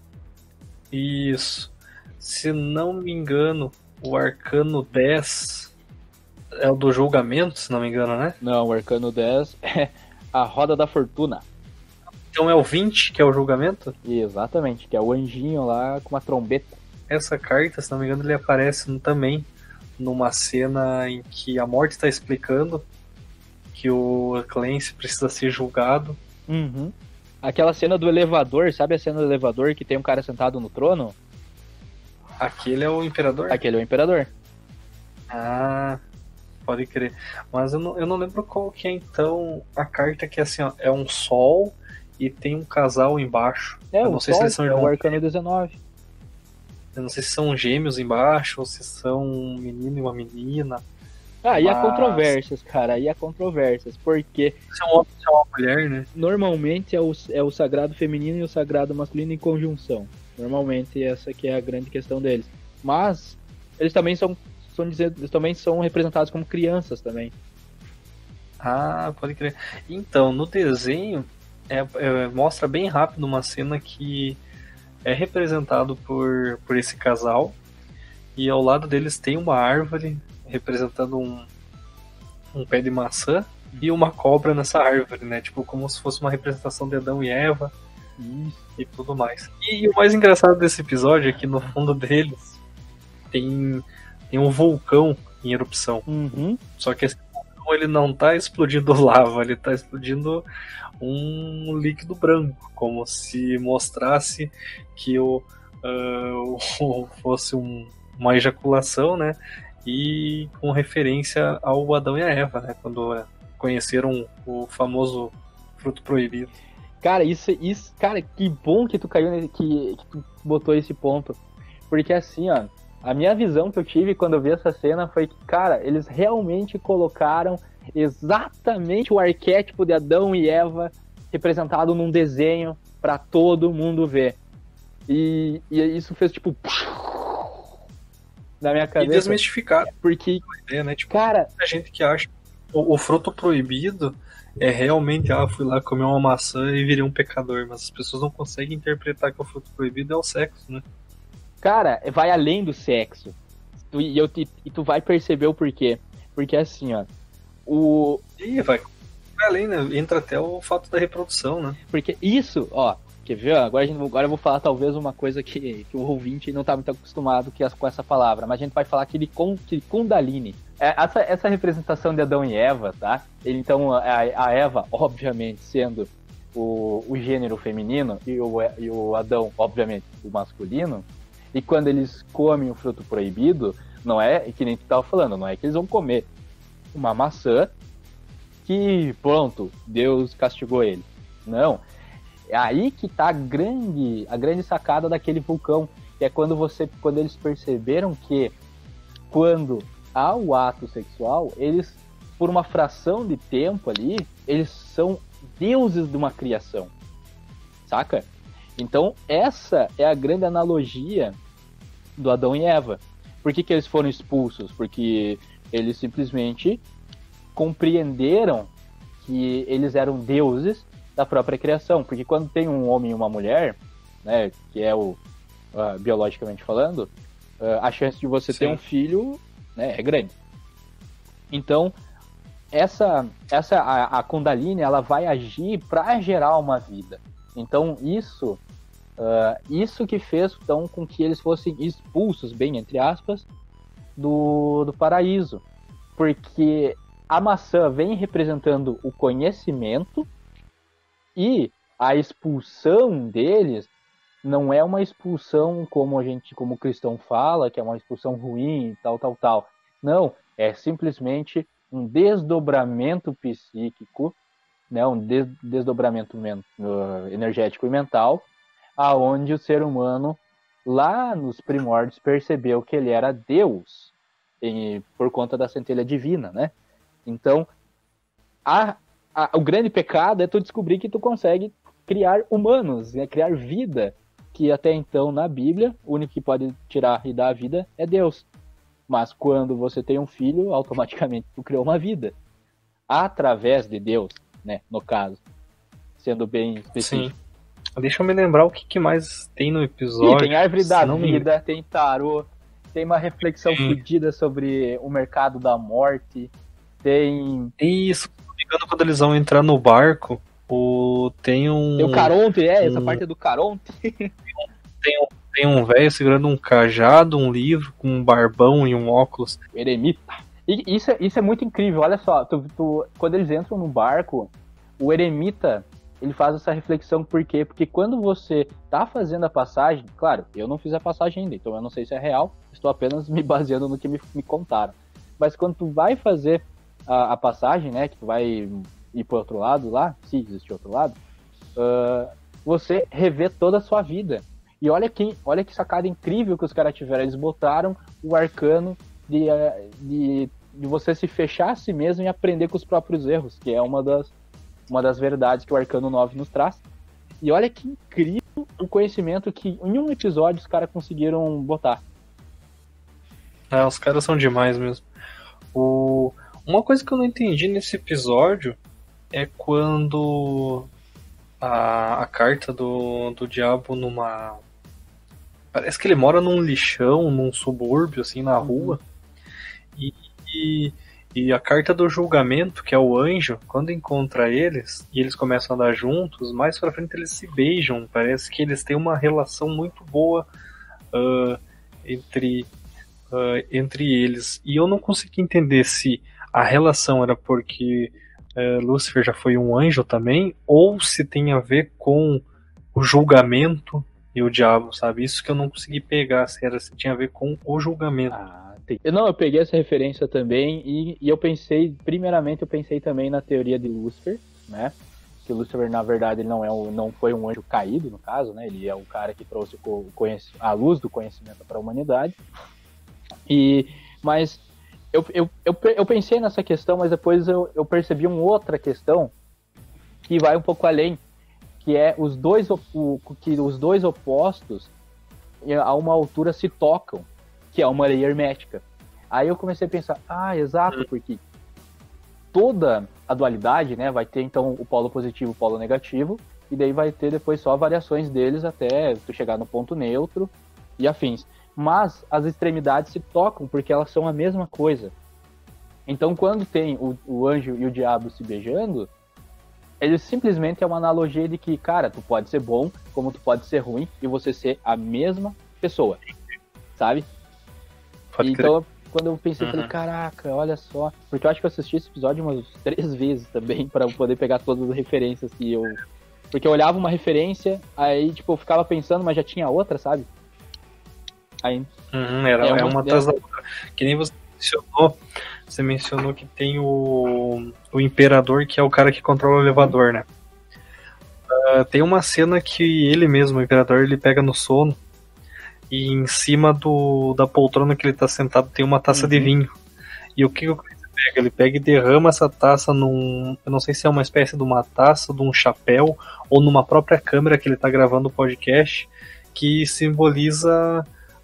Isso. Se não me engano, o Arcano 10 é o do julgamento, se não me engano, né? Não, o Arcano 10 é a Roda da Fortuna. Então é o 20 que é o julgamento? Exatamente, que é o anjinho lá com uma trombeta. Essa carta, se não me engano, ele aparece também numa cena em que a morte está explicando que o Clancy precisa ser julgado. Uhum. Aquela cena do elevador, sabe a cena do elevador que tem um cara sentado no trono? Aquele é o Imperador? Aquele é o Imperador. Ah, pode crer. Mas eu não lembro qual que é então a carta que é assim, ó, é um sol e tem um casal embaixo. Eu não sei se eles são é irmãos. o Arcano 19. Eu não sei se são gêmeos embaixo ou se são um menino e uma menina. Ah, e há controvérsias, cara, e há controvérsias, porque se é um homem ou uma mulher, né? Normalmente é o sagrado feminino e o sagrado masculino em conjunção. Normalmente essa que é a grande questão deles. Mas eles também eles também são representados como crianças também. Ah, pode crer. Então, no desenho mostra bem rápido uma cena que é representado por esse casal e ao lado deles tem uma árvore representando um pé de maçã e uma cobra nessa árvore, né? Tipo, como se fosse uma representação de Adão e Eva e tudo mais. E o mais engraçado desse episódio é que no fundo deles tem um vulcão em erupção. Uhum. Só que esse vulcão ele não tá explodindo lava, ele tá explodindo um líquido branco, como se mostrasse que fosse uma ejaculação, né? E com referência ao Adão e a Eva, né? Quando conheceram o famoso fruto proibido. Cara, cara, que bom que tu caiu que tu botou esse ponto. Porque assim, ó, a minha visão que eu tive quando eu vi essa cena foi que, cara, eles realmente colocaram exatamente o arquétipo de Adão e Eva representado num desenho pra todo mundo ver. E isso fez tipo na minha cabeça. E desmistificar. Porque, né? Tipo, cara, a gente que acha o fruto proibido é realmente, fui lá comer uma maçã e virei um pecador, mas as pessoas não conseguem interpretar que o fruto proibido é o sexo, né? Cara, vai além do sexo. E tu vai perceber o porquê. Porque assim, ó, vai além, né? Entra até o fato da reprodução, né? Porque isso, ó, quer ver? Agora eu vou falar talvez uma coisa que o ouvinte não tá muito acostumado com essa palavra, mas a gente vai falar que Kundalini. Essa representação de Adão e Eva, tá? Então, a Eva, obviamente, sendo o gênero feminino e o Adão, obviamente, o masculino, e quando eles comem o fruto proibido, não é que nem tu tava falando, não é que eles vão comer uma maçã que, pronto, Deus castigou ele. Não. É aí que tá a grande sacada daquele vulcão, que é quando eles perceberam que quando há o ato sexual, eles, por uma fração de tempo ali, eles são deuses de uma criação. Saca? Então, essa é a grande analogia do Adão e Eva. Por que eles foram expulsos? Porque eles simplesmente compreenderam que eles eram deuses da própria criação. Porque quando tem um homem e uma mulher, né, que é biologicamente falando, a chance de você ter um filho, né, é grande. Então, a Kundalini, ela vai agir para gerar uma vida. Então, isso que fez então, com que eles fossem expulsos, bem entre aspas, do paraíso. Porque a maçã vem representando o conhecimento e a expulsão deles não é uma expulsão como o cristão fala, que é uma expulsão ruim, tal. Não, é simplesmente um desdobramento psíquico, né, um desdobramento energético e mental, aonde o ser humano, lá nos primórdios, percebeu que ele era Deus, por conta da centelha divina, né? Então, o grande pecado é tu descobrir que tu consegue criar humanos, né? Criar vida, que até então, na Bíblia, o único que pode tirar e dar a vida é Deus. Mas quando você tem um filho, automaticamente tu criou uma vida. através de Deus, né, no caso, sendo bem específico. Sim. Deixa eu me lembrar o que mais tem no E episódio. tem Árvore da Se não me Vida, tem tarô, tem uma reflexão Sim. fodida sobre o mercado da morte, tem... Isso, se não me engano, quando eles vão entrar no barco, tem Tem o Caronte, essa parte é do Caronte. tem um velho segurando um cajado, um livro, com um barbão e um óculos. Eremita. E isso é muito incrível, olha só, quando eles entram no barco, o eremita, ele faz essa reflexão, por quê? Porque quando você tá fazendo a passagem, claro, eu não fiz a passagem ainda, então eu não sei se é real, estou apenas me baseando no que me contaram. Mas quando tu vai fazer a passagem, né, que tu vai ir pro outro lado lá, se existe outro lado, você revê toda a sua vida. E olha que sacada incrível que os caras tiveram. Eles botaram o arcano de você se fechar a si mesmo e aprender com os próprios erros, que é uma das verdades que o Arcano 9 nos traz. E olha que incrível o conhecimento que em um episódio os caras conseguiram botar. Os caras são demais mesmo. Uma coisa que eu não entendi nesse episódio é quando a carta do diabo numa... Parece que ele mora num lixão, num subúrbio, assim, na rua. E a carta do julgamento, que é o anjo, quando encontra eles e eles começam a andar juntos, mais pra frente eles se beijam. Parece que eles têm uma relação muito boa entre eles. E eu não consegui entender se a relação era porque Lúcifer já foi um anjo também, ou se tem a ver com o julgamento e o diabo, sabe? Isso que eu não consegui pegar, se tinha a ver com o julgamento. Eu peguei essa referência também e eu pensei, primeiramente eu pensei também na teoria de Lúcifer, né? Que Lúcifer, na verdade, ele não foi um anjo caído, no caso, né? Ele é o cara que trouxe a luz do conhecimento para a humanidade. Mas eu pensei nessa questão, mas depois eu percebi uma outra questão que vai um pouco além, que é que os dois opostos a uma altura se tocam, que é uma lei hermética. Aí eu comecei a pensar, exato, porque toda a dualidade, né, vai ter então o polo positivo e o polo negativo, e daí vai ter depois só variações deles até tu chegar no ponto neutro e afins. Mas as extremidades se tocam porque elas são a mesma coisa. Então quando tem o anjo e o diabo se beijando, ele simplesmente é uma analogia de que, cara, tu pode ser bom, como tu pode ser ruim, e você ser a mesma pessoa, sabe? Então, quando eu pensei, falei, caraca, olha só. Porque eu acho que eu assisti esse episódio umas 3 vezes também, pra poder pegar todas as referências que eu... Porque eu olhava uma referência, aí, tipo, eu ficava pensando, mas já tinha outra, sabe? Aí... Era uma das... Que nem você mencionou que tem o Imperador, que é o cara que controla o elevador, né? Tem uma cena que ele mesmo, o Imperador, ele pega no sono, e em cima da poltrona que ele tá sentado tem uma taça de vinho. E o que o Chris pega? Ele pega e derrama essa taça eu não sei se é uma espécie de uma taça, de um chapéu, ou numa própria câmera que ele tá gravando o podcast, que simboliza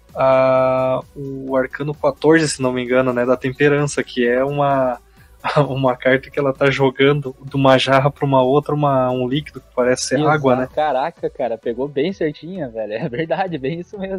o arcano 14, se não me engano, né, da temperança, que é uma carta que ela tá jogando de uma jarra pra uma outra, um líquido que parece ser água, né? Caraca, cara, pegou bem certinha, velho. É verdade, bem isso mesmo.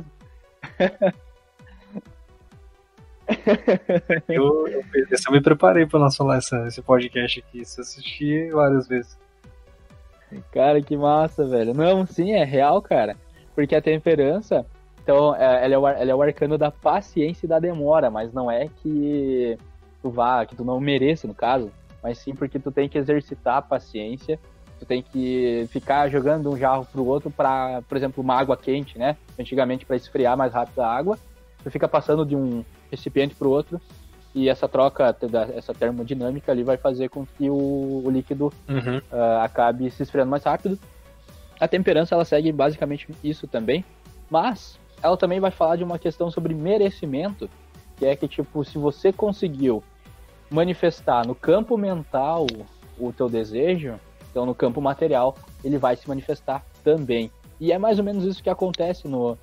Eu me preparei pra nós falar esse podcast aqui. Eu assisti várias vezes. Cara, que massa, velho. Não, sim, é real, cara. Porque a temperança, então, ela é o arcano da paciência e da demora, mas não é que tu não mereça, no caso, mas sim porque tu tem que exercitar a paciência, tu tem que ficar jogando de um jarro pro outro para, por exemplo, uma água quente, né? Antigamente, para esfriar mais rápido a água, tu fica passando de um recipiente pro outro, e essa troca, essa termodinâmica ali vai fazer com que o líquido acabe se esfriando mais rápido. A temperança, ela segue basicamente isso também, mas ela também vai falar de uma questão sobre merecimento, que é que, tipo, se você conseguiu manifestar no campo mental o teu desejo, então no campo material ele vai se manifestar também. E é mais ou menos isso que acontece no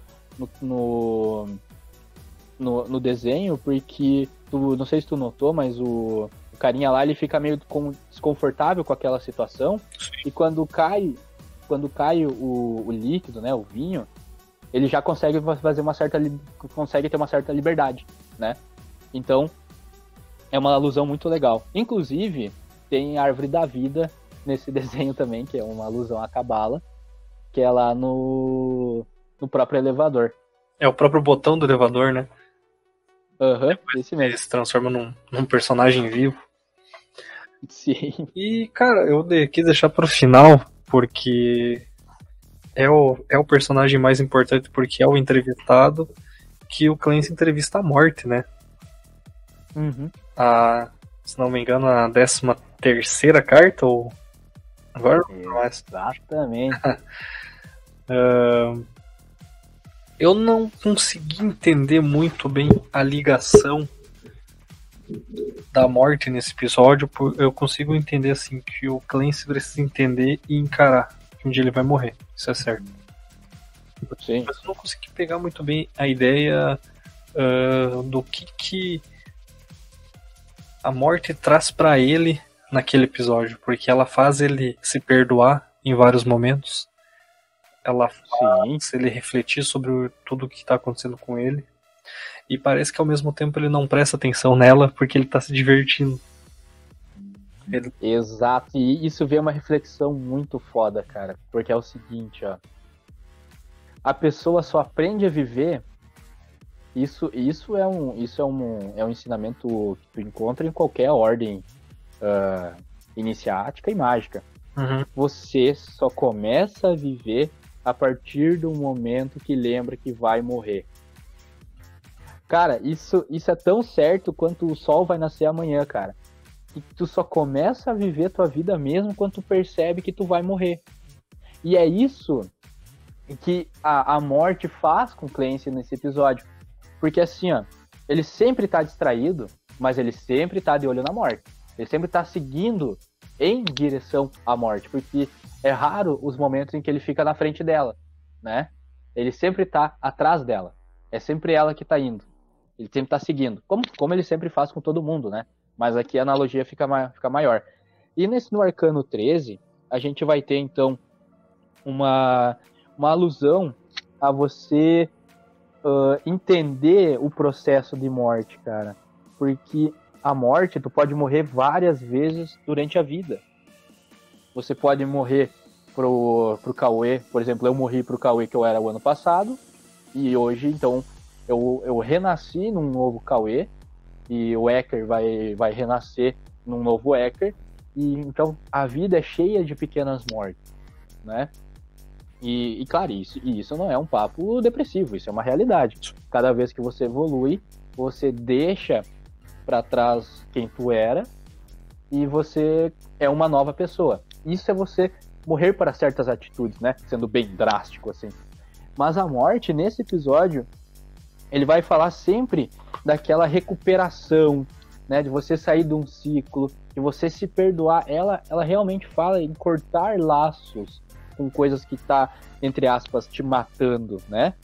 desenho, porque não sei se tu notou, mas o carinha lá, ele fica meio desconfortável com aquela situação. Sim. E quando cai o líquido, né, o vinho, ele já consegue consegue ter uma certa liberdade, né? Então, é uma alusão muito legal. Inclusive, tem a árvore da vida nesse desenho também, que é uma alusão à Cabala, que é lá no próprio elevador. É o próprio botão do elevador, né? Esse mesmo. Ele se transforma num personagem vivo. Sim. E, cara, eu quis deixar pro final, porque é o personagem mais importante, porque é o entrevistado que o Clancy entrevista a morte, né? Uhum. Se não me engano, a 13ª carta, ou... Agora não mais. Exatamente. Eu não consegui entender muito bem a ligação da morte nesse episódio. Eu consigo entender assim que o Clancy precisa entender e encarar que um dia ele vai morrer. Isso é certo. Sim. Mas eu não consegui pegar muito bem a ideia do que a morte traz pra ele naquele episódio, porque ela faz ele se perdoar em vários momentos. Ela faz ele refletir sobre tudo que está acontecendo com ele. E parece que ao mesmo tempo ele não presta atenção nela porque ele tá se divertindo. Exato, e isso vê uma reflexão muito foda, cara. Porque é o seguinte, ó. A pessoa só aprende a viver. Isso é um ensinamento que tu encontra em qualquer ordem iniciática e mágica. Uhum. Você só começa a viver a partir do momento que lembra que vai morrer. Cara, isso é tão certo quanto o sol vai nascer amanhã, cara. E tu só começa a viver tua vida mesmo quando tu percebe que tu vai morrer. E é isso que a morte faz com o Clancy nesse episódio. Porque assim, ó, ele sempre tá distraído, mas ele sempre tá de olho na morte. Ele sempre tá seguindo em direção à morte, porque é raro os momentos em que ele fica na frente dela, né? Ele sempre tá atrás dela. É sempre ela que tá indo. Ele sempre tá seguindo. Como ele sempre faz com todo mundo, né? Mas aqui a analogia fica maior. E no Arcano 13, a gente vai ter, então, uma alusão a você entender o processo de morte, cara. Porque a morte, tu pode morrer várias vezes durante a vida. Você pode morrer pro Cauê, por exemplo, eu morri pro Cauê que eu era o ano passado, e hoje, então, eu renasci num novo Cauê, e o Ecker vai renascer num novo Ecker, e então a vida é cheia de pequenas mortes, né? E claro, isso não é um papo depressivo, isso é uma realidade. Cada vez que você evolui, você deixa para trás quem tu era e você é uma nova pessoa. Isso é você morrer para certas atitudes, né? Sendo bem drástico assim. Mas a morte, nesse episódio, ele vai falar sempre daquela recuperação, né? De você sair de um ciclo, de você se perdoar. Ela realmente fala em cortar laços com coisas que tá, entre aspas, te matando, né?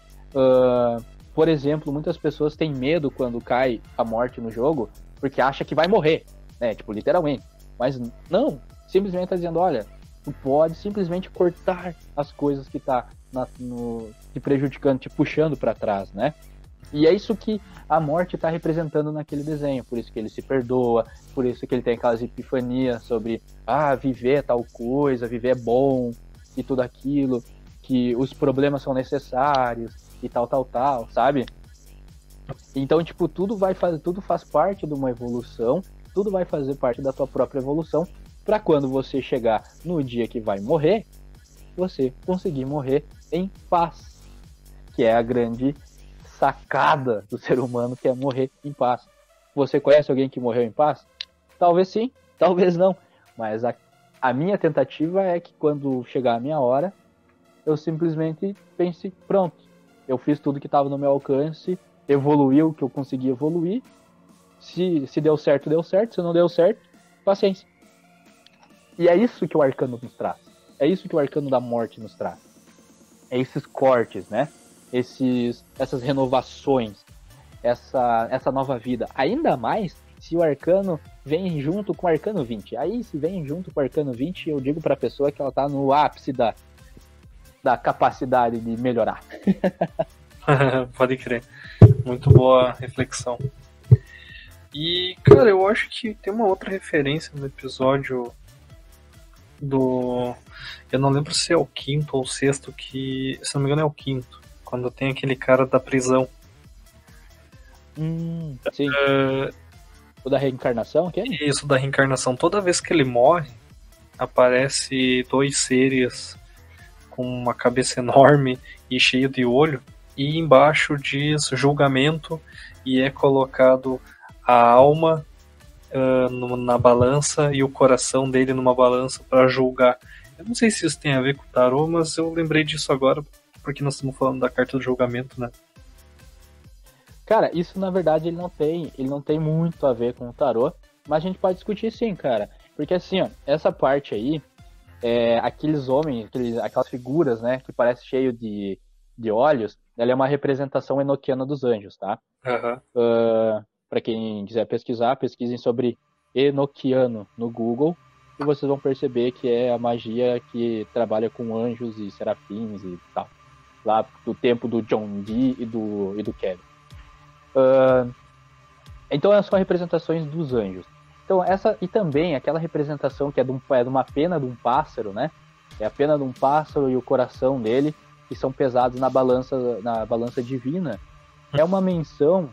Por exemplo, muitas pessoas têm medo quando cai a morte no jogo, porque acha que vai morrer, né? Tipo, literalmente. Mas não, simplesmente tá dizendo, olha, tu pode simplesmente cortar as coisas que tá te prejudicando, te puxando para trás, né? E é isso que a morte tá representando naquele desenho, por isso que ele se perdoa, por isso que ele tem aquelas epifanias sobre, viver é tal coisa, viver é bom, e tudo aquilo, que os problemas são necessários, e tal, sabe? Então, tipo, tudo faz parte de uma evolução, tudo vai fazer parte da tua própria evolução, para quando você chegar no dia que vai morrer, você conseguir morrer em paz, que é a grande sacada do ser humano, que é morrer em paz. Você conhece alguém que morreu em paz? Talvez sim, talvez não, mas a minha tentativa é que quando chegar a minha hora, eu simplesmente pense, pronto, eu fiz tudo que estava no meu alcance, evoluí o que eu consegui evoluir, se deu certo, deu certo, se não deu certo, paciência. E é isso que o Arcano nos traz, é isso que o Arcano da Morte nos traz, é esses cortes, né? Essas renovações, essa nova vida, ainda mais se o arcano vem junto com o arcano 20. Aí, se vem junto com o arcano 20, eu digo pra pessoa que ela tá no ápice da capacidade de melhorar. Pode crer. Muito boa reflexão. E, cara, eu acho que tem uma outra referência no episódio do... Eu não lembro se é o quinto ou o sexto, que, se não me engano, é o quinto. Quando tem aquele cara da prisão. Sim. O da reencarnação, que é? Isso, da reencarnação. Toda vez que ele morre, aparece 2 seres com uma cabeça enorme e cheio de olho. E embaixo diz julgamento e é colocado a alma na balança e o coração dele numa balança para julgar. Eu não sei se isso tem a ver com o tarô, mas eu lembrei disso agora porque nós estamos falando da carta do julgamento, né? Cara, isso na verdade ele não tem muito a ver com o tarô, mas a gente pode discutir sim, cara. Porque assim, ó, essa parte aí, aqueles homens, aquelas figuras, né, que parece cheio de olhos, ela é uma representação enoquiana dos anjos, tá? Para quem quiser pesquisar, pesquisem sobre enoquiano no Google e vocês vão perceber que é a magia que trabalha com anjos e serafins e tal. Lá do tempo do John Dee e do Kevin. Então são representações dos anjos. Então e também aquela representação que é de uma pena de um pássaro, né? É a pena de um pássaro e o coração dele, que são pesados na balança divina. É uma menção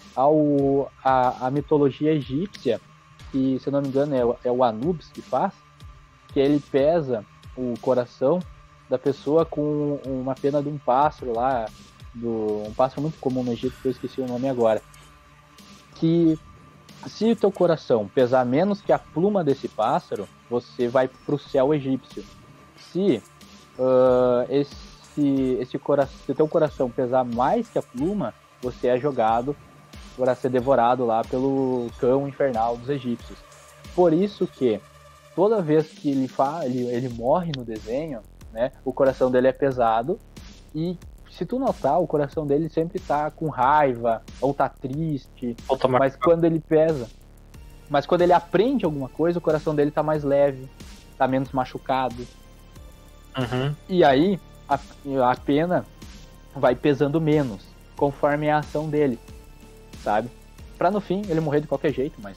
à mitologia egípcia, que, se eu não me engano, é o Anubis que faz, que ele pesa o coração da pessoa com uma pena de um pássaro lá, um pássaro muito comum no Egito, que eu esqueci o nome agora, que se o teu coração pesar menos que a pluma desse pássaro, você vai para o céu egípcio. Se o teu coração pesar mais que a pluma, você é jogado para ser devorado lá pelo cão infernal dos egípcios. Por isso que toda vez que ele morre no desenho, né, o coração dele é pesado, e se tu notar, o coração dele sempre tá com raiva, ou tá triste, mas quando ele aprende alguma coisa, o coração dele tá mais leve, tá menos machucado. E aí a pena vai pesando menos conforme a ação dele, sabe? Pra no fim ele morrer de qualquer jeito, mas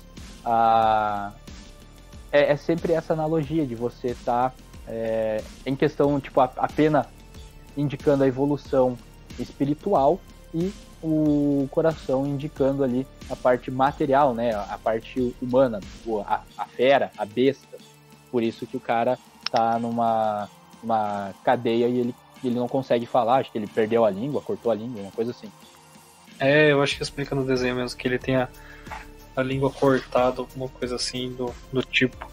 é sempre essa analogia de você em questão, tipo, a pena indicando a evolução espiritual e o coração indicando ali a parte material, né? A parte humana, a fera, a besta. Por isso que o cara tá numa cadeia e ele não consegue falar, acho que ele perdeu a língua, cortou a língua, uma coisa assim. Eu acho que explica no desenho mesmo que ele tem a língua cortada, alguma coisa assim do tipo.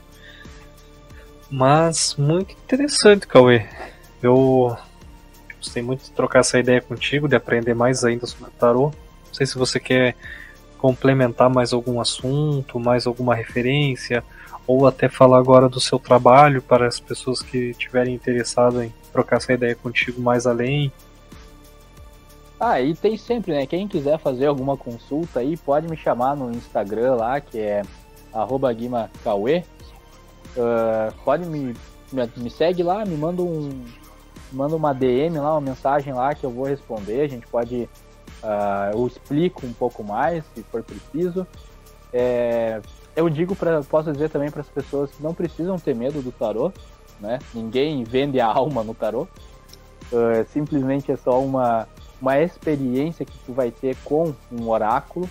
Mas muito interessante, Cauê. Eu gostei muito de trocar essa ideia contigo, de aprender mais ainda sobre o tarô. Não sei se você quer complementar mais algum assunto, mais alguma referência, ou até falar agora do seu trabalho para as pessoas que estiverem interessadas em trocar essa ideia contigo mais além. E tem sempre, né? Quem quiser fazer alguma consulta aí, pode me chamar no Instagram lá, que é @guimacauê. Pode me segue lá, me manda uma DM lá, uma mensagem lá que eu vou responder. A gente pode, eu explico um pouco mais se for preciso. Eu posso dizer também para as pessoas que não precisam ter medo do tarô, né? Ninguém vende a alma no tarô. Simplesmente é só uma experiência que tu vai ter com um oráculo.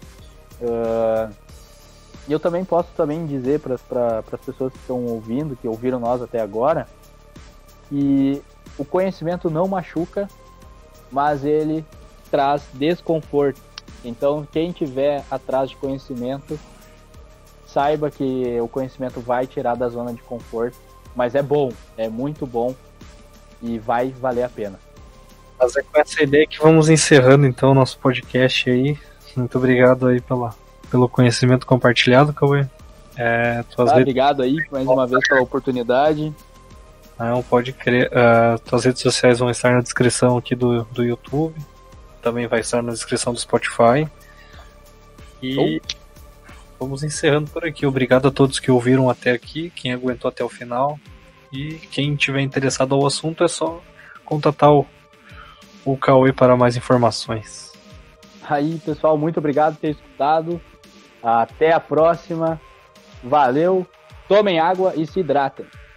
E eu também posso dizer para as pessoas que estão ouvindo, que ouviram nós até agora, que o conhecimento não machuca, mas ele traz desconforto. Então, quem tiver atrás de conhecimento, saiba que o conhecimento vai tirar da zona de conforto, mas é bom, é muito bom e vai valer a pena. Mas é com essa ideia que vamos encerrando então o nosso podcast aí. Muito obrigado aí pelo conhecimento compartilhado, Cauê. Obrigado aí mais uma vez pela oportunidade. Não pode crer. Tuas redes sociais vão estar na descrição aqui do YouTube. Também vai estar na descrição do Spotify. E vamos encerrando por aqui. Obrigado a todos que ouviram até aqui, quem aguentou até o final. E quem tiver interessado ao assunto é só contatar o Cauê para mais informações. Aí, pessoal, muito obrigado por ter escutado. Até a próxima. Valeu. Tomem água e se hidratem.